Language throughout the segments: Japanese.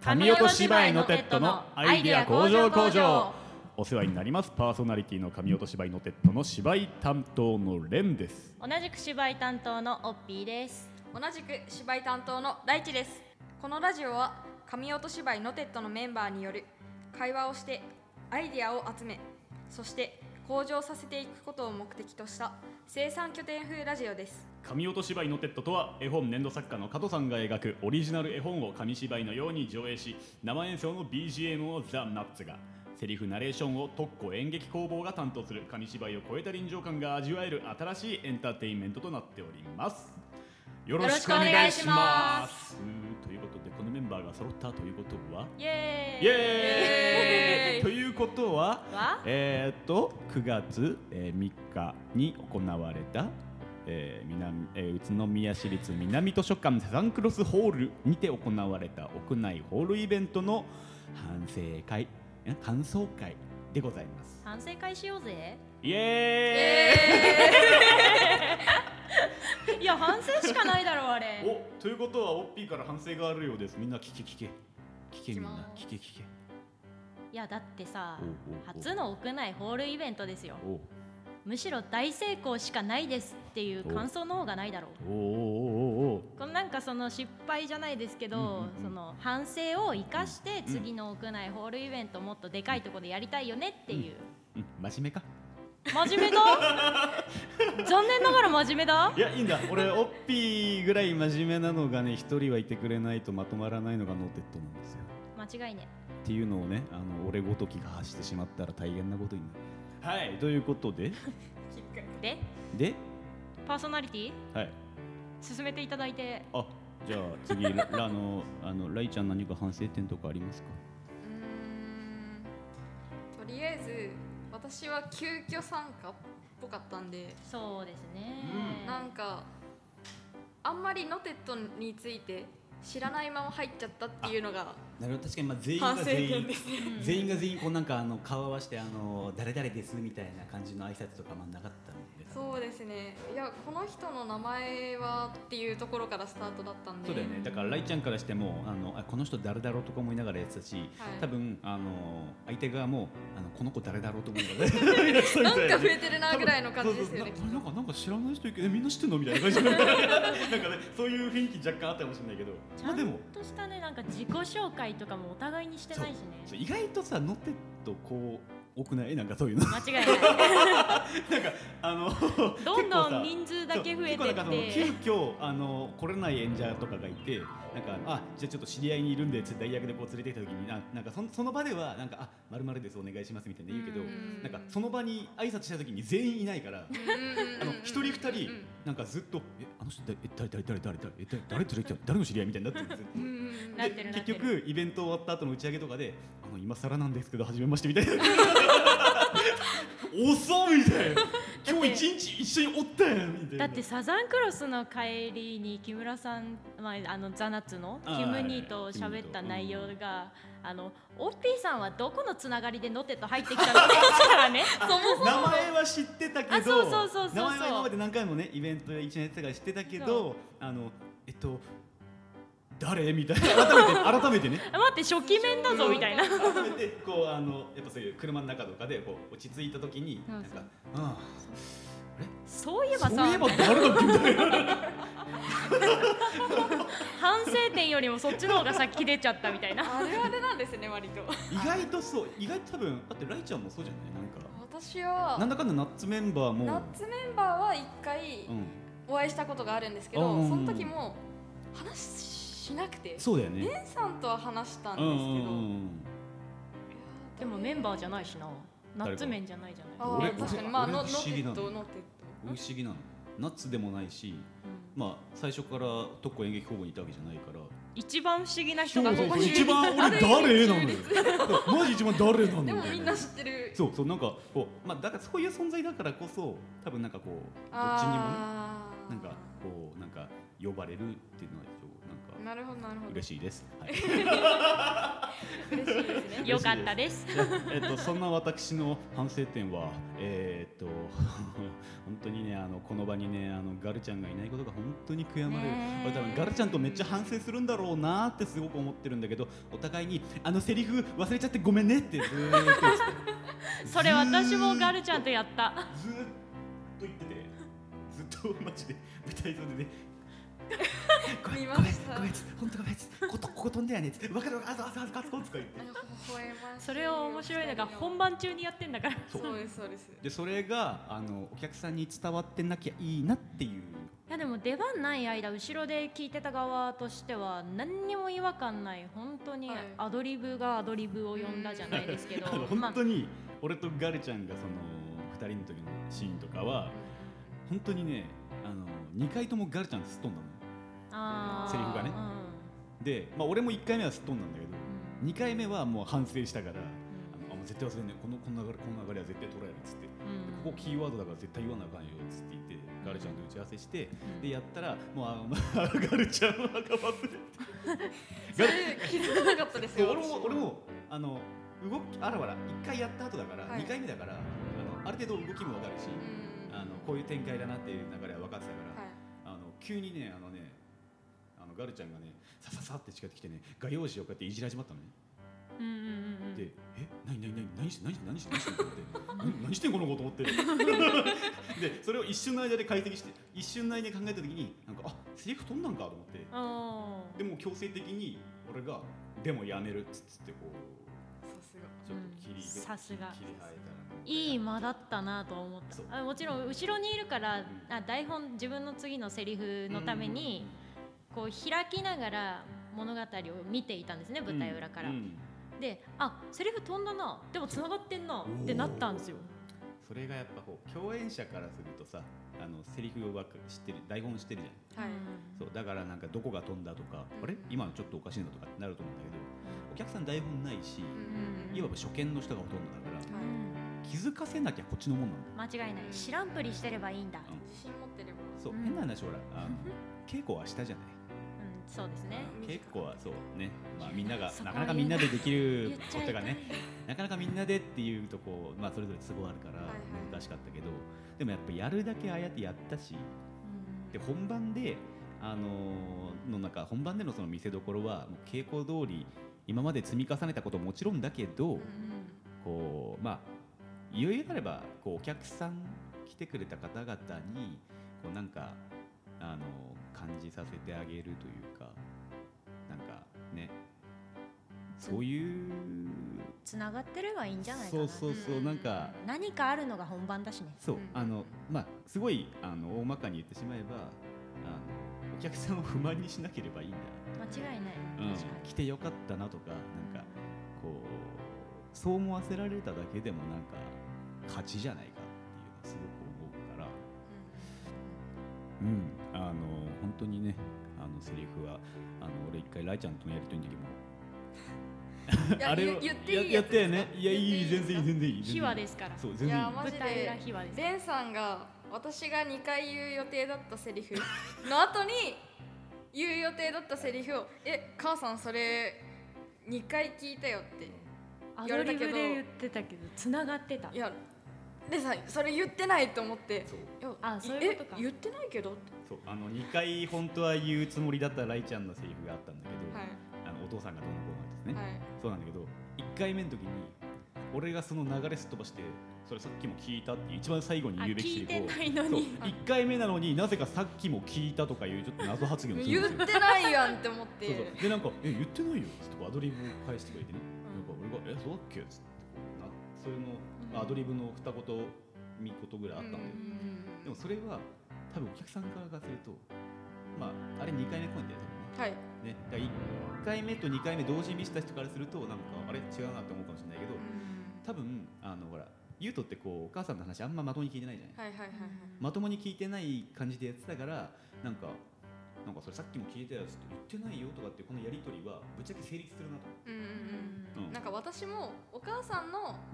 神音芝居のテッドのアイデア工場工場。お世話になります。パーソナリティの神音芝居のテッドの芝居担当のレンです。 同じく芝居担当のオッピーです。 同じく芝居担当の大地です。このラジオは神音芝居のテッドのメンバーによる会話をしてアイデアを集め、そして向上させていくことを目的とした生産拠点風ラジオです。 神音芝居のテッドとは、絵本粘土作家の加藤さんが描くオリジナル絵本を紙芝居のように上映し、生演奏の BGM をザ・ナッツが、セリフナレーションを特攻演劇工房が担当する紙芝居を超えた臨場感が味わえる新しいエンターテインメントとなっております。よろしくお願いします。ということで、このメンバーが揃ったということはイエーイイエーイということは9月3日に行われた宇都宮市立南図書館サザンクロスホールにて行われた屋内ホールイベントの感想会でございます。 反省会しようぜ。 イエーイいや、反省しかないだろうあれ。 ということはオッピーから反省があるようです。みんな聞けみんな聞け。 いやだってさ、初の屋内ホールイベントですよ。むしろ大成功しかないですっていう感想の方がないだろう。このなんかその失敗じゃないですけど、その反省を生かして次の屋内ホールイベントもっとでかいところでやりたいよねっていう。 真面目か。 真面目だ残念ながら真面目だ。 いや、いいんだ。俺オッピーぐらい真面目なのがね、一人はいてくれないとまとまらないのがノーテッドなんですよ。 間違いねっていうのをね、俺ごときが発してしまったら大変なことになる。はい、ということででパーソナリティ、 はい、 進めていただいて。 じゃあ次ライちゃん何か反省点とかありますか？ とりあえず私は急遽参加っぽかったんで。 そうですね、 なんかあんまりノテッドについて知らないまま入っちゃったっていうのが。 なるほど、確かに全員が全員こうなんか顔合わせて誰々ですみたいな感じの挨拶とかなかったので。 そうですね。いや、この人の名前はっていうところからスタートだったんで。 そうだよね。だからライちゃんからしてもこの人誰だろうとか思いながらやってたし、多分相手側もこの子誰だろうと思いながらなんか増えてるなぐらいの感じですよね。 なんか知らない人いるけどみんな知ってんのみたいな感じなんかね、そういう雰囲気若干あったかもしれないけど、 ちゃんとしたね、なんか自己紹介とかもお互いにしてないしね。 意外とさ、ノテッドこう多くない？なんかそういうの間違いないなんかどんどん人数だけ増えてって急遽来れない演者とかがいて、なんかじゃあちょっと知り合いにいるんで代役でこう連れてきた時になんかその場ではなんか〇〇ですお願いしますみたいな言うけど、なんかその場に挨拶した時に全員いないから一人二人なんかずっとあの人誰の知り合いみたいになってるんですよ。結局イベント終わった後の打ち上げとかで今更なんですけど初めましてみたいな遅いみたいな、今日一日一緒におったやんみたいな。 だってサザンクロスの帰りに木村さん、ザナッツのキムニーと喋った内容がオッピーさんはどこのつながりでノテッド入ってきたのからね名前は知ってたけど、 そう名前は今まで何回もねイベントで一緒にやってたから知ってたけど、誰みたいな改めてね待って初期面だぞみたいな改めてこうやっぱそういう車の中とかでこう落ち着いた時になんかそういえばさ誰だっけみたいな反省点よりもそっちの方が先出ちゃったみたいなあれあれなんですね。割と意外と多分だってライちゃんもそうじゃない？なんか私はなんだかんだナッツメンバーもは一回お会いしたことがあるんですけど、その時も話しなくて。 そうだよね。 レンさんとは話したんですけど、 でもメンバーじゃないしな。ナッツメンじゃないじゃない。 確かにノテッド不思議なの。ナッツでもないし、最初から特攻演劇工房にいたわけじゃないから。 一番不思議な人がここに一番俺誰なのよ。マジ一番誰なのよ。 でもみんな知ってる。 そうなんかこうだからそういう存在だからこそ多分なんかこうどっちにもなんかこうなんか呼ばれるっていうのはなるほど嬉しいです。 嬉しいですね。 よかったです。 そんな私の反省点は本当にねこの場にねガルちゃんがいないことが本当に悔やまれる。俺多分ガルちゃんとめっちゃ反省するんだろうなってすごく思ってるんだけど、お互いにセリフ忘れちゃってごめんねってずーっと言ってそれ私もガルちゃんとやった。 ずーっと言ってて、ずっとマジで舞台上でね見ました。 ごめん本当ごめんここ飛んだよねって分かるあそことか言って、 それを面白いのが本番中にやってんだから。 そうですそうです。 でそれがお客さんに伝わってなきゃいいなっていう。 いやでも出番ない間後ろで聞いてた側としては何にも違和感ない、本当にアドリブがアドリブを呼んだじゃないですけど、 本当に俺とガルちゃんがその2人の時のシーンとかは本当にね2回ともガルちゃんすっ飛んだのセリフがね、で、俺も1回目はすっ飛んだんだけど、2回目はもう反省したから、もう絶対忘れんね、この流れは絶対捉えるっつって、ここキーワードだから絶対言わなあかんよっつって言ってガルちゃんと打ち合わせして、でやったらもうガルちゃんは忘れてそれ気づかなかったですよ。 俺も動き1回やった後だから、2回目だからある程度動きも分かるし、こういう展開だなっていう流れは分かってたから、急にねガルちゃんがねさって近寄ってきてね、画用紙をこうやっていじり始まったのね。で何してんのって何してんこの子と思ってでそれを一瞬の間で解析して一瞬の間で考えた時にセリフ飛んだんかと思って、でも強制的に俺がでもやめるっつってこうちょっとさすが切り生えたらいい間だったなと思った。もちろん後ろにいるから、台本自分の次のセリフのためにこう開きながら物語を見ていたんですね、舞台裏から。でセリフ飛んだな、でもつながってんなってなったんですよ。 それがやっぱ共演者からするとさ、セリフを知ってる、台本知ってるじゃん、そうだからなんかどこが飛んだとか、あれ今のちょっとおかしいなとかってなると思うんだけど、お客さん台本ないし、いわば初見の人がほとんどだから、気づかせなきゃこっちのもんなんだ。 間違いない。知らんぷりしてればいいんだ。 自信持ってれば。 そう変な話、ほら稽古はしたじゃない。 そうですね。 稽古はそうね、みんながなかなかみんなでできることがね、なかなかみんなでっていうとこう、それぞれ都合あるから難しかったけど、でもやっぱやるだけああやってやったし、で本番で本番でのその見せ所はもう稽古通り今まで積み重ねたことももちろんだけど、こういよいよあればこうお客さん来てくれた方々にこうなんか感じさせてあげるというか、なんかね、そういうつながってればいいんじゃないかな。 そうなんか何かあるのが本番だしね。 そうすごい大まかに言ってしまえばお客さんを不満にしなければいいんだ。 間違いない。 来てよかったなとか、なんかこうそう思わせられただけでもなんか勝ちじゃないかっていうのはすごく思うから、本当にねセリフは俺一回ライちゃんとのやりとりの時もあれを言っていいやったよね。いやいい、全然いい。 秘話ですから。 そう全然いい。 マジで舞台裏秘話です。 レンさんが私が2回言う予定だったセリフの後に言う予定だったセリフを母さんそれ2回聞いたよって言われたけど、 アドリブで言ってたけど繋がってた。 いやレンさんそれ言ってないと思って、 そういうことか。 言ってないけどって。 そう2回本当は言うつもりだったライちゃんのセリフがあったんだけど、お父さんがどうのこうのですね、そうなんだけど1回目の時に俺がその流れすっ飛ばして、それさっきも聞いたって一番最後に言うべきセリフを、 聞いてないのに 1回目なのになぜかさっきも聞いたとかいうちょっと謎発言をするんですよ。 言ってないやんって思ってでなんか言ってないよってアドリブを返してくれてね、なんか俺がそうだっけっつってそれのアドリブの二言三言ぐらいあったんだよ。でもそれは多分お客さん側がするとあれ2回目公演だよね。だから1回目と2回目同時に見せた人からするとなんかあれ違うなって思うかもしれないけど、多分ほらゆうとってこうお母さんの話あんままともに聞いてないじゃない。まともに聞いてない感じでやってたから、なんかそれさっきも聞いたやつって言ってないよとかってこのやり取りはぶっちゃけ成立するなと。 なんか私もお母さんの流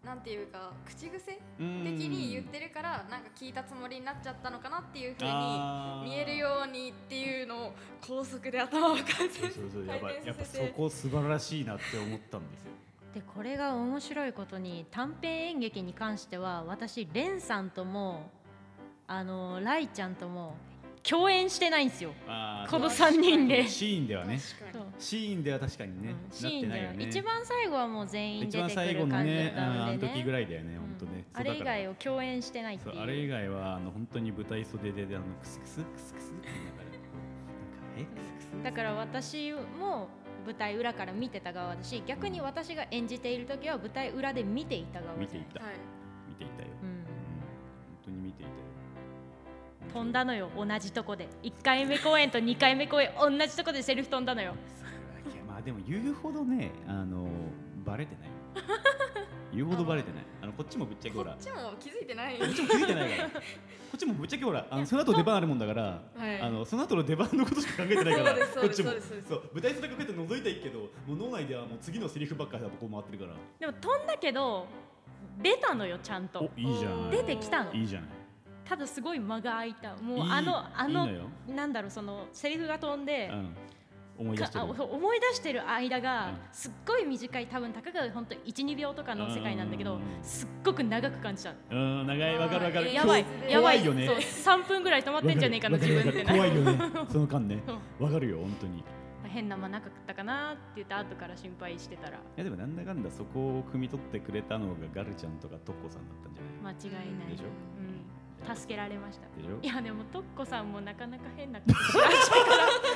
なんていうか口癖的に言ってるからなんか聞いたつもりになっちゃったのかなっていう風に見えるようにっていうのを高速で頭を回転させて、 やっぱそこ素晴らしいなって思ったんですよ。 でこれが面白いことに短編演劇に関しては私レンさんともライちゃんとも共演してないんですよ。この3人でシーンではね、シーンでは確かにね、 シーンでは一番最後はもう全員出てくる感じだったんでね、 あの時ぐらいだよね、本当ね。 あれ以外を共演してないっていう。 あれ以外は本当に舞台袖でクスクスクスクスって言いながら、クスクス。だから私も舞台裏から見てた側だし、逆に私が演じている時は舞台裏で見ていた側。 見ていたよ。本当に見ていたよ。 飛んだのよ、同じとこで。1回目公演と2回目公演同じとこでセリフ飛んだのよ。 いや、まあでも言うほどね、バレてない言うほどバレてない。こっちもぶっちゃけほら、 こっちも気づいてないこっちも気づいてないからこっちもぶっちゃけほら、その後出番あるもんだから、その後の出番のことしか考えてないからこっちもそう舞台袖がこうやって覗いていいけど、もう脳内ではもう次のセリフばっかりこう回ってるから。 でも飛んだけど出たのよ、ちゃんと。 いいじゃない。 出てきたの。 いいじゃない。ただすごい間が空いた。もうなんだろう、そのセリフが飛んで、思い出してる間がすっごい短い、多分たかが本当 1,2 秒とかの世界なんだけど、すっごく長く感じた。 長い、わかるわかる。 やばいよね。3分ぐらい止まってんじゃねえかな自分って。 怖いよね、その間ね。わかるよ本当に。 変な間なかったかなって言って後から心配してたら。いやでもなんだかんだそこを汲み取ってくれたのがガルちゃんとかトッコさんだったんじゃない？ 間違いない。 でしょ？ 助けられました。 でしょ？ いやでもトッコさんもなかなか変なことしましたから。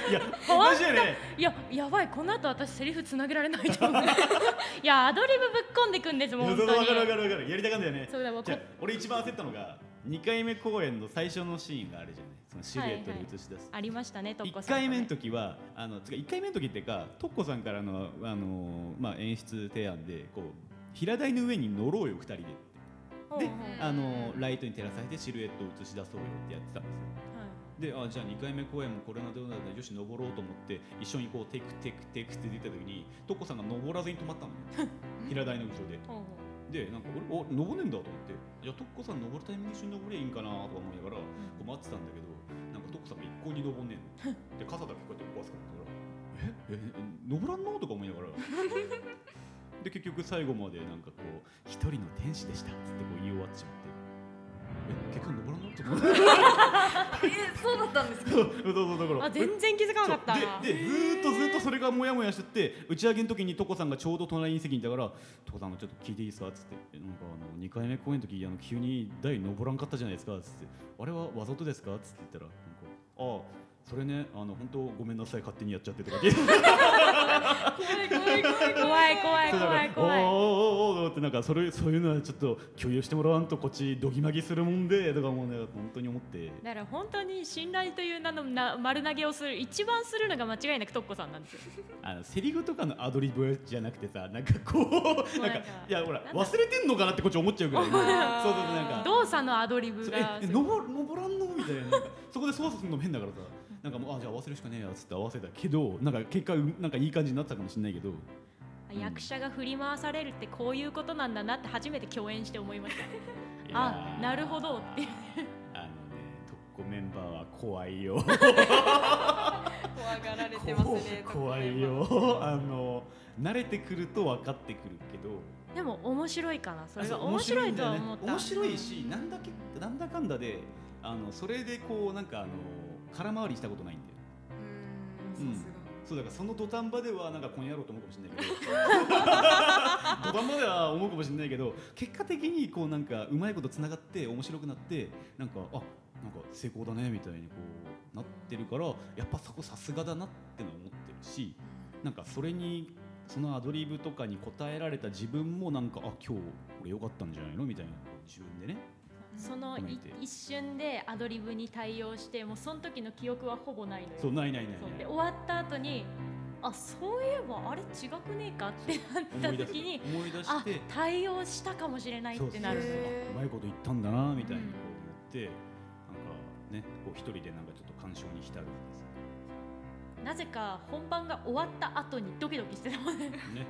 いやマジでね。 いややばい、この後私セリフつなげられないと思う。いやアドリブぶっ込んでくんですもん本当に。 わかるわかるわかる。やりたかったよね。 そうだ。 じゃ俺一番焦ったのが2回目公演の最初のシーンがあるじゃない。そのシルエットに映し出す。 ありましたねトッコさん。 1回目の時は1回目の時っていうかトッコさんからの演出提案でこう平台の上に乗ろうよ2人で。でライトに照らされてシルエットを映し出そうよってやってたんですよ。でじゃあ2回目公演もこれなどなどよし登ろうと思って一緒にこうテクテクテクって出た時にトッコさんが登らずに止まったのね平台の後ろで。でなんか俺登れんだと思って、じゃあトッコさん登るタイミング一緒に登りゃいいんかなとか思いながらこう待ってたんだけど、なんかトッコさんが一向に登んねえので傘だけこうやって壊すから登らんのとか思いながらで結局最後までなんかこう一人の天使でしたっつってこう言い終わってしまって、結局登らんのって思ってそうだったんですか。 だから全然気づかなかった。 でずっとそれがモヤモヤしてて、打ち上げの時にトコさんがちょうど隣に席にいたから「トコさんちょっと聞いていいですか?」っつって「なんか2回目公演の時急に台登らんかったじゃないですか」っつって「あれはわざとですか?」っつって言ったらなんか「ああそれね本当ごめんなさい勝手にやっちゃって」とか言って怖いおってなんかそういうのはちょっと共有してもらわんとこっちドギマギするもんでとかもね本当に思って。 だから本当に信頼という名の丸投げをする一番するのが間違いなくトッコさんなんですよ。 セリフとかのアドリブじゃなくてさ、なんかこうなんかいやほら忘れてんのかなってこっち思っちゃうぐらい。そうなんか動作のアドリブが登らんのみたいな、そこで操作するのも変だからさ、なんかもうじゃあ合わせるしかねえやつって合わせたけど、なんか結果なんかいい感じになったかもしれないけど、 役者が振り回されるってこういうことなんだなって初めて共演して思いました。なるほどって特攻メンバーは怖いよ。 怖がられてますね。 怖いよ。慣れてくると分かってくるけど、 でも面白いかな。それが面白いとは思った。 面白いし、なんだかんだでそれでこうなんか空回りしたことないんだよ。そうだからその土壇場ではなんかこんやろうと思うかもしれないけど土壇場では思うかもしれないけど、結果的にこうなんかうまいことつながって面白くなって、なんかなんか成功だねみたいにこうなってるから、やっぱそこさすがだなっての思ってるし、なんかそれにそのアドリブとかに応えられた自分もなんか今日俺良かったんじゃないのみたいな自分でね。 その一瞬でアドリブに対応して、もうその時の記憶はほぼないのよ。 そうないで終わった後にそういえばあれ違くねえかってなった時に思い出して対応したかもしれないってなる。 うまいこと言ったんだなみたいにこう思って、なんかねこう一人でなんかちょっと感傷に浸るんです。 なぜか本番が終わった後にドキドキしてたもんね。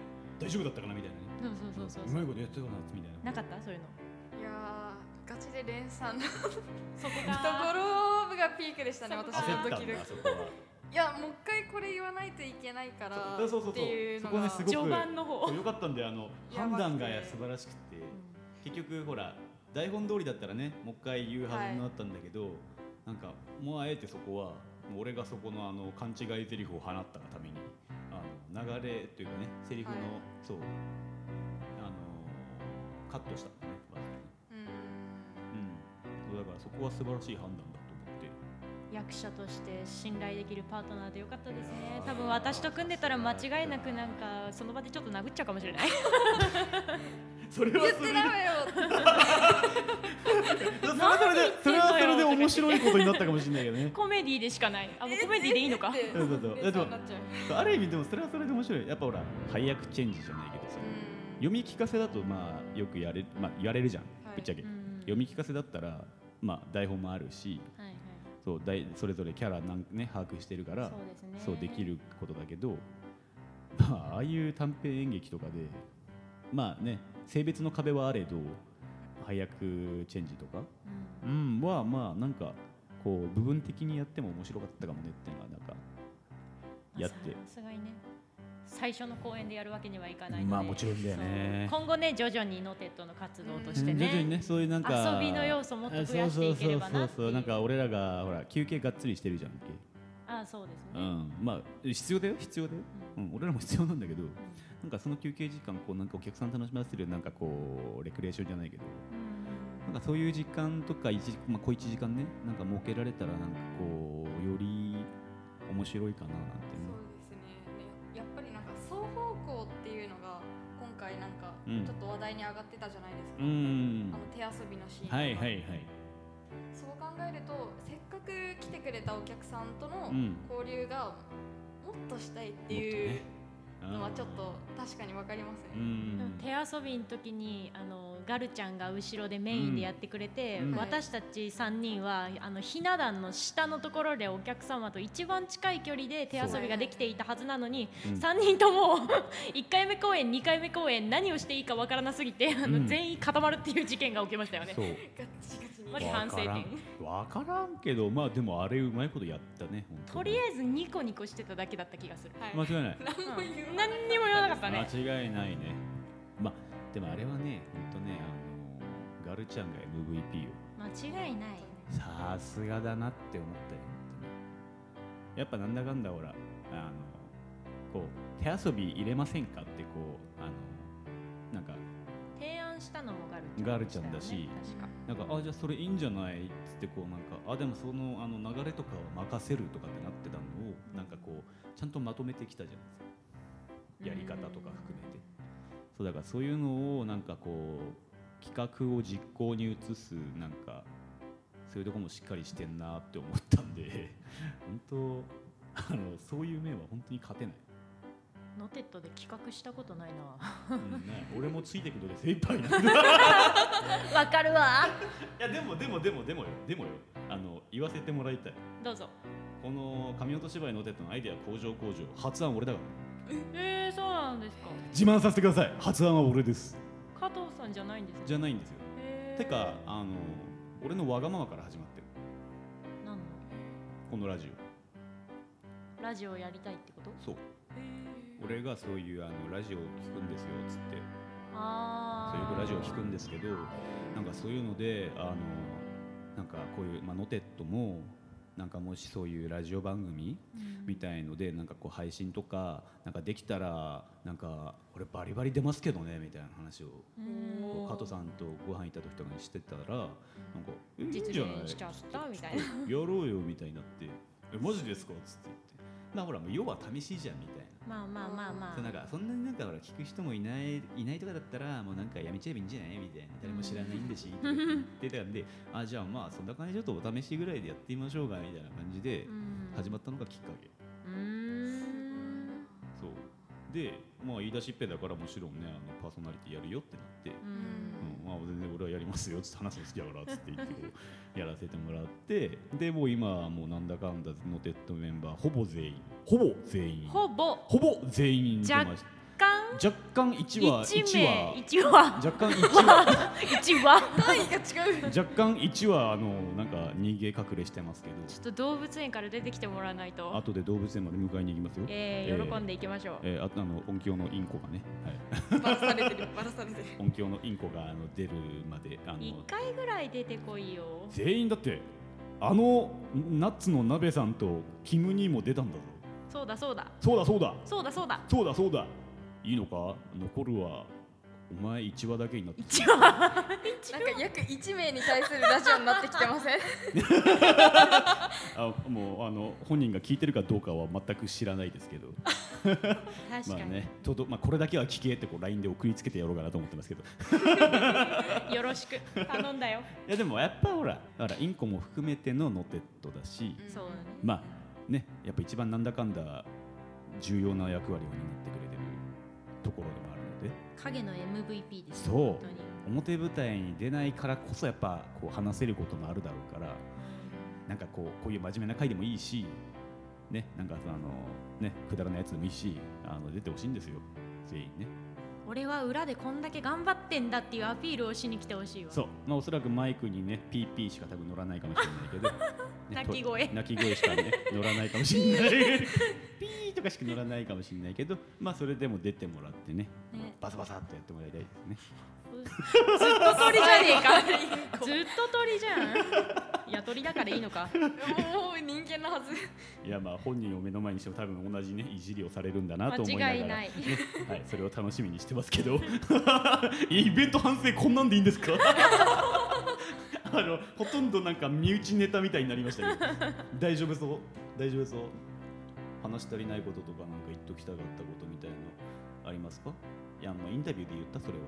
大丈夫だったかなみたいなね。 そううまいことやってたかなみたいな。 なかったそういうの。 いやーガチで連鎖のそことがころがピークでしたね。私のドキドキ。 そこは。 いやもう一回これ言わないといけないからっていうのがそこねすごく序盤の方よかったんで判断が素晴らしくて、結局ほら台本通りだったらねもう一回言うはずになったんだけど、なんかもうあえてそこはもう俺がそこの勘違い台詞を放ったがために流れというかねセリフの、そうカットしたんだねわずかに。そうだからそこは素晴らしい判断だと思って。 役者として信頼できるパートナーでよかったですね。多分私と組んでたら間違いなくなんかその場でちょっと殴っちゃうかもしれない。 それは言ってダメよ。 それはそれで面白いことになったかもしれないけどね。 コメディでしかない。もうコメディでいいのか。 ある意味でもそれはそれで面白い。やっぱほら配役チェンジじゃないけどさ、読み聞かせだとまあよく言われるじゃん、ぶっちゃけ。読み聞かせだったらまあ台本もあるし、そうそれぞれキャラね把握してるからそうできることだけど、まあああいう短編演劇とかでまあね性別の壁はあれど配役チェンジとかはまあなんかこう部分的にやっても面白かったかもねっていうのはなんかやって。 さすがにね最初の公演でやるわけにはいかないので、 まあもちろんだよね。 今後ね徐々にノテッドの活動としてね、 徐々にねそういうなんか遊びの要素もっと増やしていければなっていう。 なんか俺らがほら休憩がっつりしてるじゃんけ。 そうですね。 まあ必要だよ。俺らも必要なんだけど、なんかその休憩時間こうなんかお客さん楽しませるなんかこうレクレーションじゃないけど、なんかそういう時間とか小1時間ねなんか設けられたらなんかこうより面白いかななんてね。 やっぱりなんか双方向っていうのが今回なんかちょっと話題に上がってたじゃないですか。手遊びのシーン。そう考えるとせっかく来てくれたお客さんとの交流がもっとしたいっていうのはちょっと確かに分かりますね。 手遊びの時にガルちゃんが後ろでメインでやってくれて、私たち3人はひな壇の下のところでお客様と一番近い距離で手遊びができていたはずなのに、3人とも1回目公演2回目公演何をしていいか分からなすぎて全員固まるっていう事件が起きましたよね。マジ反省点。 分からんけどまあでもあれうまいことやったね。 とりあえずニコニコしてただけだった気がする。 間違いない。 何にも言わなかったね。 間違いないね。まあでもあれはね本当ねガルちゃんが MVP を間違いない。 さすがだなって思ったよ。やっぱなんだかんだほらこう手遊び入れませんかってこうなんか提案したのもガルちゃんだし、なんかじゃあそれいいんじゃないっつってこうなんかでもその流れとかを任せるとかってなってたのをなんかこうちゃんとまとめてきたじゃないですか。やり方とか含めて。そうだからそういうのをなんかこう企画を実行に移すなんかそういうところもしっかりしてんなって思ったんで本当そういう面は本当に勝てない。 ノテッドで企画したことないな、俺もついてくので精一杯なんだわかるわ。 いやでもよ言わせてもらいたい。 どうぞ。 この神音芝居ノテッドのアイデア工場発案俺だから。 そうなんですか。 自慢させてください。発案は俺です。 加藤さんじゃないんですか。 じゃないんですよ。てか俺のわがままから始まってる。 何の？ このラジオやりたいってこと？ そう。俺がそういうラジオを聞くんですよっつって、そういうラジオを聞くんですけど、なんかそういうのでなんかこういう、ノテッドもなんかもしそういうラジオ番組みたいのでなんかこう配信とかなんかできたらなんか俺バリバリ出ますけどねみたいな話を加藤さんとご飯行った時とかにしてたらなんか実現しちゃったみたいなやろうよみたいになってマジですかっつって言って。ほら要は試しじゃんみたいな。 まあなんかそんなになんかほら聞く人もいないとかだったらもうなんかやめちゃえばいいんじゃないみたいな。誰も知らないんだしって言ってたんでじゃあまあそんな感じでちょっとお試しぐらいでやってみましょうかみたいな感じで始まったのがきっかけ。そうで言い出しっぺだからもちろんねパーソナリティやるよってなって全然俺はやりますよって話も好きだからっつって言ってやらせてもらってでもう今はもうなんだかんだノテッドメンバーほぼ全員出ました。 若干若干1話 1話若干1話 1話単位が違う。 若干1話なんか逃げ隠れしてますけど、 ちょっと動物園から出てきてもらわないと。 後で動物園まで迎えに行きますよ。 喜んでいきましょう。 あと音響のインコがね、 バラされてる。 音響のインコが出るまで 1回ぐらい出てこいよ。 全員だってナッツの鍋さんとキム兄も出たんだぞ。 そうだそうだそうだそうだそうだそうだそうだそうだ。いいのか、残るはお前1話だけになって 1話なんか約1名に対するラジオになってきてません？ もう本人が聞いてるかどうかは全く知らないですけど確かに、 ね、これだけは聞けって LINE で送りつけてやろうかなと思ってますけどよろしく頼んだよ。 いやでもやっぱほらインコも含めてのノテッドだし、 そうだね。 まあね、やっぱ一番なんだかんだ重要な役割を担ってくれてるところでもあるので、 影の MVP です。 そう本当に表舞台に出ないからこそやっぱこう話せることもあるだろうから、なんかこういう真面目な回でもいいしね、なんかね、くだらないやつでもいいし出てほしいんですよ全員ね。 俺は裏でこんだけ頑張ってんだっていうアピールをしに来てほしいわ。 そう、おそらくマイクにね PP しか多分乗らないかもしれないけど、ね、 泣き声しかね乗らないかもしれないピーとかしか乗らないかもしれないけど、それでも出てもらってねバサバサっとやってもらいたいですね。 ずっと鳥じゃねえかずっと鳥じゃん。いや鳥だからいいのか。 もう人間のはず。 いや本人を目の前にしても多分同じねいじりをされるんだなと思いながら、 間違いない、 はい、それを楽しみにしてますけどイベント反省こんなんでいいんですかほとんどなんか身内ネタみたいになりましたけど大丈夫そう話し足りないこととかなんか言っときたかったことみたいなのありますか？いやインタビューで言ったそれは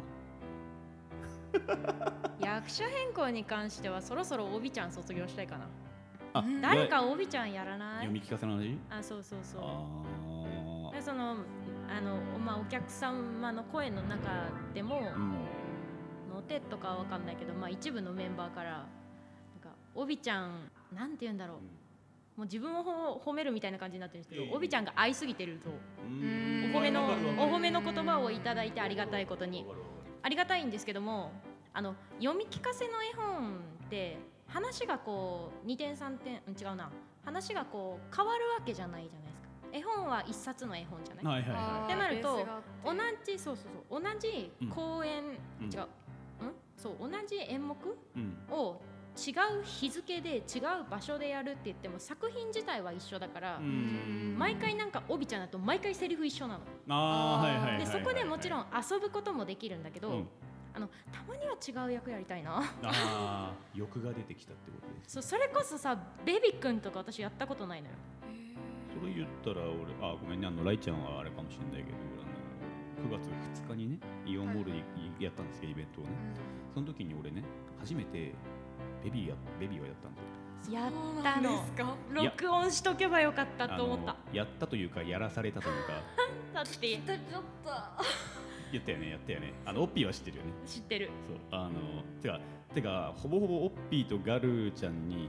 役者変更に関してはそろそろオビちゃん卒業したいかな。 あ、 誰かオビちゃんやらない？ 読み聞かせの話？ そうそうそう。 あでお客様の声の中でも、ノテとかは分かんないけど、一部のメンバーからなんかオビちゃんなんて言うんだろう、もう自分を褒めるみたいな感じになってるんですけど、オビちゃんが愛すぎてるとお褒めの言葉をいただいてありがたいことにありがたいんですけども、読み聞かせの絵本って話がこう2点3点違うな、話がこう変わるわけじゃないじゃないですか。絵本は一冊の絵本じゃない、ってなると同じ公演、同じ演目を違う日付で違う場所でやるって言っても作品自体は一緒だから、毎回なんかオビちゃんだと毎回セリフ一緒なの。でそこでもちろん遊ぶこともできるんだけど、たまには違う役やりたいな。 欲が出てきたってことです。 それこそさ、ベビ君とか私やったことないのよ。 それ言ったら俺ごめんね、ライちゃんはあれかもしれないけど、9月2日にねイオンモールでやったんですけど、イベントをね、その時に俺ね初めてベビーをやったんですよ。 やったの？録音しとけばよかったと思った。 やったというかやらされたというかだって言ったよね。やったよね。オッピーは知ってるよね。 知ってる。 そうてかほぼほぼオッピーとガルちゃんに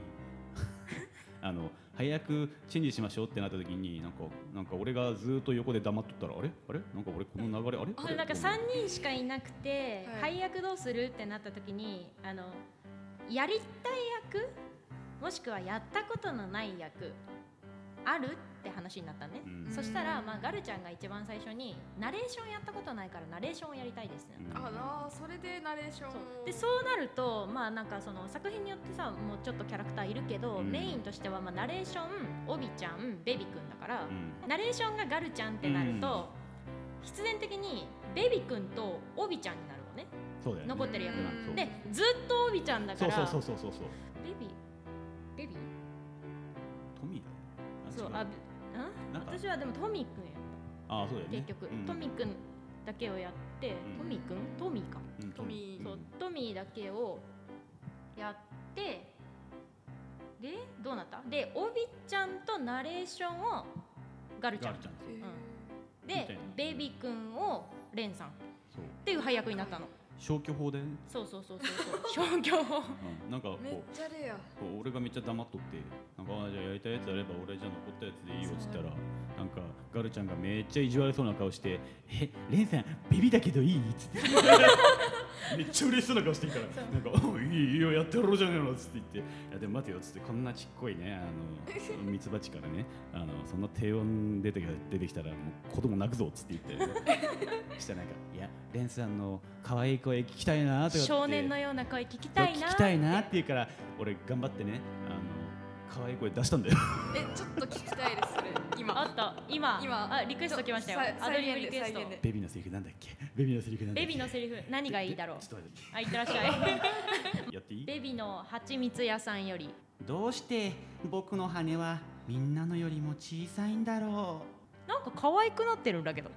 早くチェンジしましょうってなった時になんか俺がずっと横で黙っとったらあれなんか俺この流れなんか3人しかいなくて、配役どうするってなった時にやりたい役もしくはやったことのない役あるって話になったね。そしたら、ガルちゃんが一番最初にナレーションやったことないからナレーションをやりたいですね。 それでナレーションでそうなるとなんかその作品によってさ、もうちょっとキャラクターいるけど、メインとしてはナレーションオビちゃんベビ君だから、ナレーションがガルちゃんってなると、必然的にベビ君とオビちゃんになるのね。 そうだよね、 残ってる役が。でずっとオビちゃんだから、 そうベビートミーそう私はでもトミーくんやった。 そうだよね、 結局、トミーくんだけをやって、トミーか、トミーだけをやって、でどうなった？でオビちゃんとナレーションをガルちゃん、でベビーくんをレンさんっていう配役になったの。 消去法で、ね、 そう消去法なんかめっちゃレア。 俺がめっちゃ黙っとって、ななんかじゃあやりたいやつあれば俺じゃあ残ったやつでいいよっつったら、なんかガルちゃんがめっちゃ意地悪そうな顔してレンさんベビーだけどいいっつってめっちゃ嬉しそうな顔してるからなんかいいよやってやろうじゃねえのっつって言っていやでも待てよっつってこんなちっこいねミツバチからねそんな低音出てきたらもう子供泣くぞっつって言ってしたらなんかいやレンさんの可愛い声聞きたいなとかって少年のような声聞きたいなって言うから俺頑張ってね可愛い声出したんだよちょっと聞きたいですそれ今あった今リクエスト来ましたよアドリブリクエストベビーのセリフなんだっけベビーのセリフ何がいいだろうちょっと待っていってらっしゃいやっていいベビのはちみつ屋さんよりどうして僕の羽はみんなのよりも小さいんだろうなんか可愛くなってるんだけど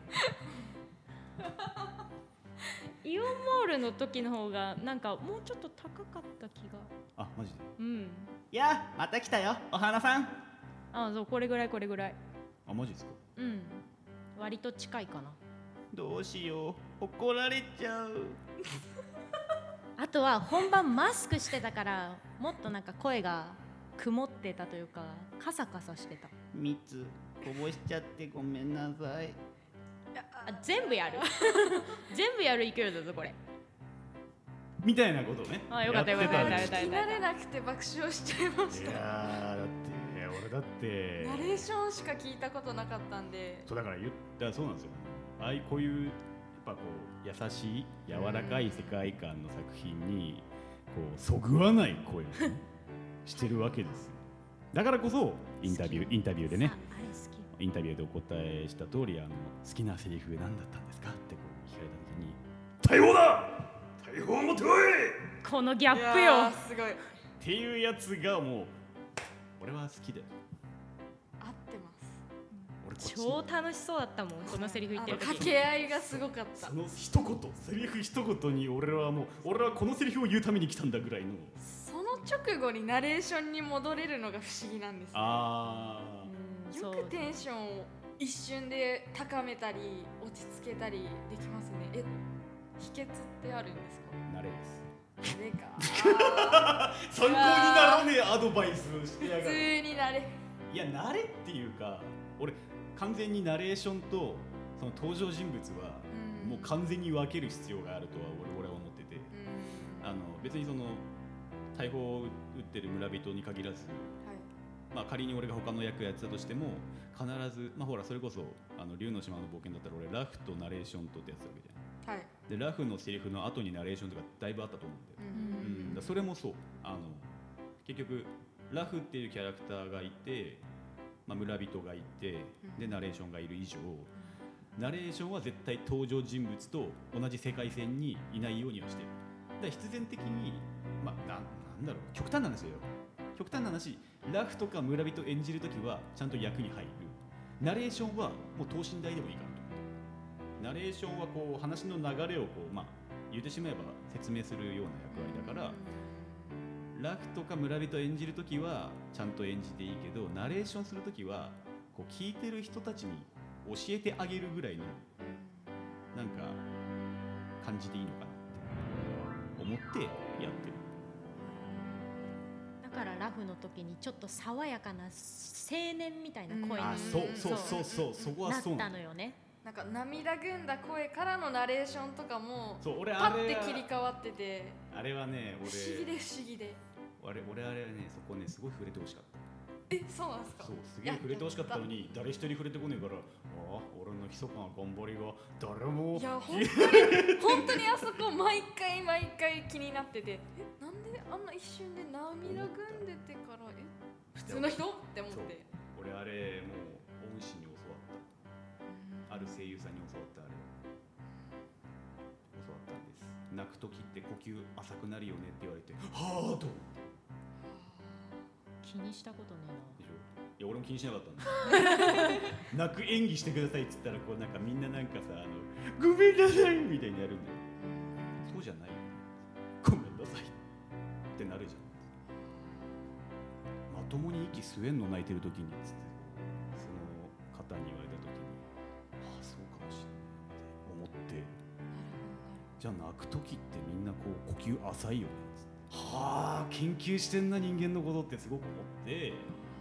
イオンモールの時の方がなんかもうちょっと高かった気がマジでうんいやまた来たよお花さんそうこれぐらいマジですかうん割と近いかなどうしよう怒られちゃうあとは本番マスクしてたからもっとなんか声が曇ってたというかカサカサしてた蜜こぼしちゃってごめんなさい全部やる全部やる勢いだぞこれみたいなことをねよかった聞き慣れなくて爆笑しちゃいましたいや俺だってナレーションしか聞いたことなかったんでそうだから言ったそうなんですよこういうやっぱこう優しい柔らかい世界観の作品にこうそぐわない声を、ね、してるわけですよだからこそインタビューでねインタビューでお答えした通り好きなセリフ何だったんですかってこう聞かれた時に大砲だ大砲を持ってこいこのギャップよすごいっていうやつがもう俺は好きで合ってます超楽しそうだったもんこのセリフ言ってる時掛け合いがすごかったそのセリフ一言に俺はこのセリフを言うために来たんだぐらいのその直後にナレーションに戻れるのが不思議なんですねよくテンションを一瞬で高めたり落ち着けたりできますね秘訣ってあるんですか慣れです慣れか参考にならねえアドバイスしてやがる普通に慣れいや慣れっていうか俺完全にナレーションとその登場人物はもう完全に分ける必要があるとは俺は思ってて別にその大砲を撃ってる村人に限らず、仮に俺が他の役やってたとしても必ずほらそれこそ竜の島の冒険だったら俺ラフとナレーションとってやってたわけじゃん、でラフのセリフの後にナレーションとかだいぶあったと思うんだよ、それもそう結局ラフっていうキャラクターがいて、村人がいてでナレーションがいる以上ナレーションは絶対登場人物と同じ世界線にいないようにはしてる。だから必然的になんだろう極端な話ラフとか村人演じるときはちゃんと役に入る。ナレーションはもう等身大でもいいかなと。ナレーションはこう話の流れをこう、言ってしまえば説明するような役割だから、ラフとか村人演じるときはちゃんと演じていいけどナレーションするときはこう聞いてる人たちに教えてあげるぐらいのなんか感じでいいのかなって思ってやってる。 だからラフの時にちょっと爽やかな青年みたいな声にそこはそうなったのよね。 なんか涙ぐんだ声からのナレーションとかも俺パッて切り替わっててあれはね不思議で不思議で俺あれはねそこねすごい触れてほしかった。 そうなんですか。 そうすげえ触れてほしかったのに誰一人触れてこねえから俺の密かな頑張りが誰もいや本当にあそこ毎回気になっててなんであんな一瞬で涙ぐんでてから普通の人って思って俺あれもう恩師に教わった、ある声優さんに教わったんです。泣く時って呼吸浅くなるよねって言われてはぁと気にしたことねえな。でしょ。いや俺も気にしなかったんだ泣く演技してくださいっつったらこうなんかみんななんかさごめんなさいみたいにやるんだよ。そうじゃないよね。ごめんなさいってなるじゃん。まともに息吸えんの泣いてる時につってその方に言われた時にそうかもしれないって思ってじゃあ泣く時ってみんなこう呼吸浅いよねっつって研究してんな人間のことってすごく思って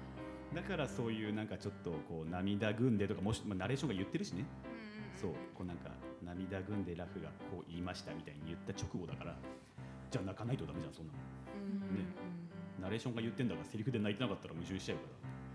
だからそういうなんかちょっとこう涙ぐんでとかもし、ナレーションが言ってるしね、そうこうなんか涙ぐんでラフがこう言いましたみたいに言った直後だから、じゃあ泣かないとダメじゃんそんなの、ね、ナレーションが言ってんだからセリフで泣いてなかったら矛盾しちゃうから、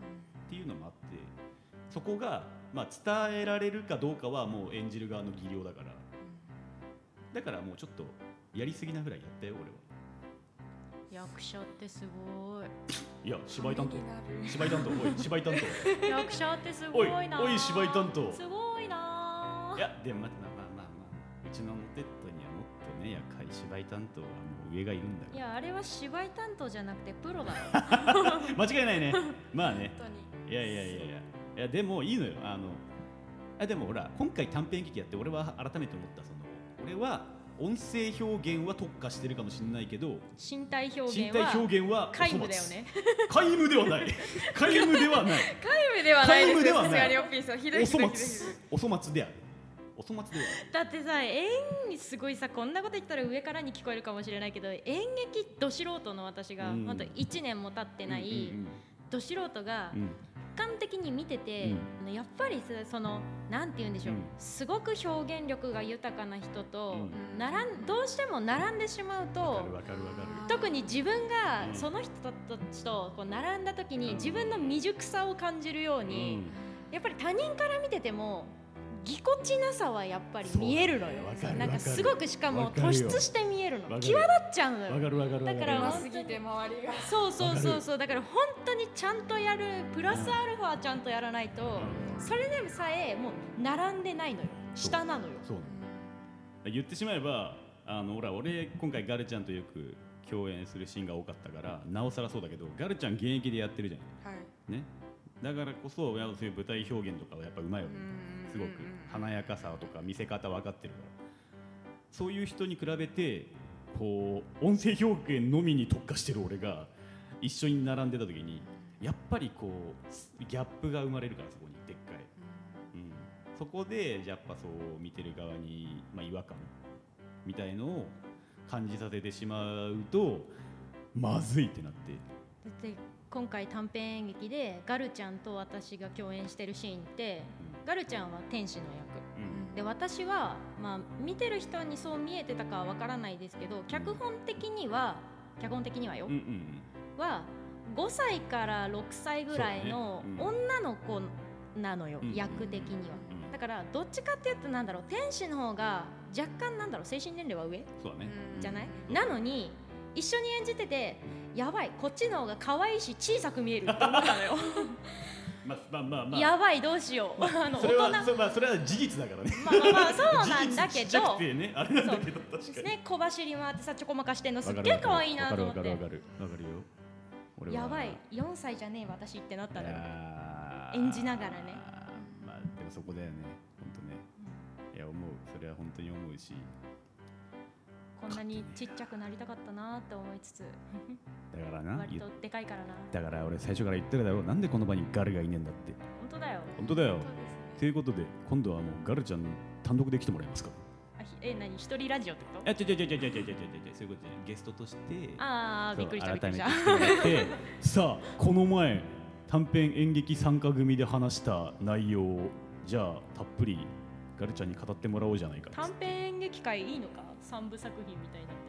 っていうのもあって、そこが、伝えられるかどうかはもう演じる側の技量だから、だからもうちょっとやりすぎなぐらいやったよ俺は。 役者ってすごい。 いや芝居担当おい芝居担当役者ってすごいな。 おい芝居担当すごいな。 いやでもまあうちのノテッドにはもっとね若い芝居担当はもう上がいるんだから。 いやあれは芝居担当じゃなくてプロだろ間違いないね。まあね本当にいやでもいいのよ。でもほら今回短編劇やって俺は改めて思った、俺は音声表現は特化してるかもしれないけど身体表現は皆無だよね。 皆無ではない皆無ではない皆無ではないですよ。さすがにオッピーさんひどいお粗末である。 だってさ、演技すごいさ、こんなこと言ったら上からに聞こえるかもしれないけど、演劇ど素人の私が、本当1年も経ってないど素人が客観的に見てて、やっぱりそのなんて言うんでしょう、すごく表現力が豊かな人とどうしても並んでしまうと、特に自分がその人たちとこう並んだ時に自分の未熟さを感じるように、やっぱり他人から見ててもぎこちなさはやっぱり見えるのよ。なんかすごくしかも突出して見えるの、際立っちゃうのよ。だからうますぎて周りがそうだから本当にちゃんとやる、プラスアルファちゃんとやらないと、それでさえもう並んでないのよ、下なのよ。 そう言ってしまえば俺今回ガルちゃんとよく共演するシーンが多かったからなおさらそうだけど、ガルちゃん現役でやってるじゃん、ね、だからこそそういう舞台表現とかはやっぱうまいわけ、すごく華やかさとか見せ方分かってるから、そういう人に比べてこう音声表現のみに特化してる俺が一緒に並んでた時にやっぱりこうギャップが生まれるから、そこにでっかい、そこでやっぱそう見てる側に、違和感みたいのを感じさせてしまうとまずいってなって。 だって今回短編演劇でガルちゃんと私が共演してるシーンって、ガルちゃんは天使の役、で私は、見てる人にそう見えてたかはわからないですけど、脚本的にはよ、は5歳から6歳ぐらいの女の子なのよ、役的には。だからどっちかっていうと天使の方が若干精神年齢は上じゃない？なのに一緒に演じてて、やばい、こっちの方が可愛いし小さく見えるって思ったのよ。やばい、どうしよう。 それは事実だからね。 そうなんだけど、 あれなんだけど確かにね、 小走り回ってさちょこまかしてんのすっげえ可愛いなと思って。わかるよ。やばい、4歳じゃねえ私ってなったのよ。演じながらね。 でもそこだよね、本当ね。いやそれは本当に思うし。 こんなにちっちゃくなりたかったなって思いつつ、 だからな、 割とでかいからな。 だから俺最初から言ってるだろう、なんでこの場にガルがいねえんだって。 本当だよ。 ということで今度はもうガルちゃん単独で来てもらえますか。 何一人ラジオってこと？ そういうことでゲストとして。 びっくりした。 改めて来てもらってさあこの前短編演劇参加組で話した内容をじゃあたっぷりガルちゃんに語ってもらおうじゃないか。 短編演劇会いいのか？3部作品みたいになって。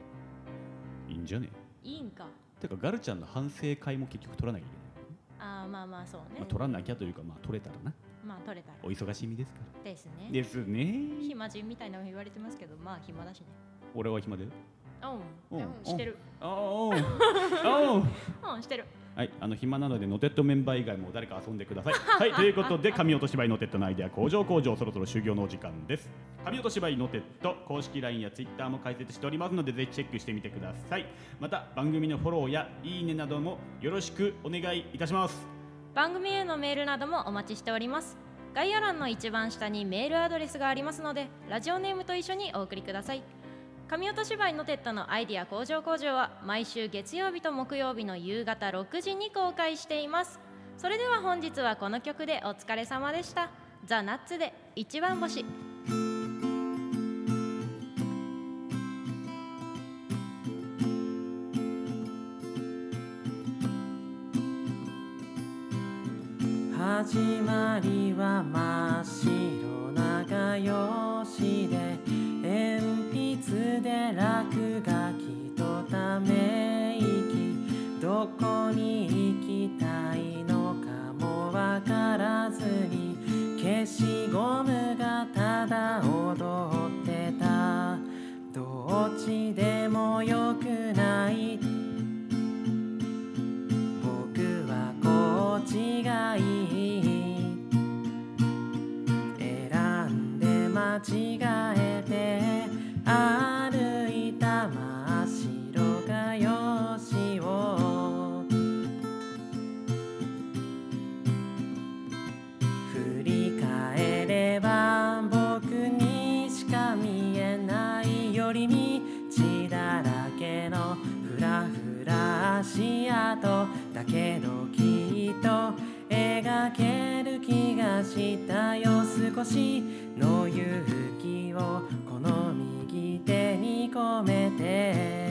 いいんじゃね？ いいんか。 てかガルちゃんの反省会も結局取らなきゃいけない。そうね。 取らなきゃというか取れたらな。 取れたら。 お忙しみですから。 ですね。 暇人みたいなの言われてますけど、暇だしね。 俺は暇だよ。 してる。してる。 はい、暇なのでノテッドメンバー以外も誰か遊んでください。はい、ということで神音芝居ノテッドのアイデア工場そろそろ終了のお時間です。神音芝居ノテッド公式 LINE や Twitter も開設しておりますのでぜひチェックしてみてください。また番組のフォローやいいねなどもよろしくお願いいたします。 番組へのメールなどもお待ちしております。概要欄の一番下にメールアドレスがありますのでラジオネームと一緒にお送りください。神音芝居ノテッドのアイデア工場は毎週月曜日と木曜日の夕方6時に公開しています。それでは本日はこの曲でお疲れ様でした。ザ・ナッツで一番星。 始まりは真っ白な画用紙で鉛筆で落書きとため息、どこに行きたいのかもわからずに消しゴムがただ踊ってた。どっちでもよくない、僕はこっちがいい、選んで間違えて歩いた真っ白画用紙を振り返れば僕にしか見えない寄り道だらけのふらふら足跡だけどきっと描ける気がしたよ。少しの勇気をこの右手に込めて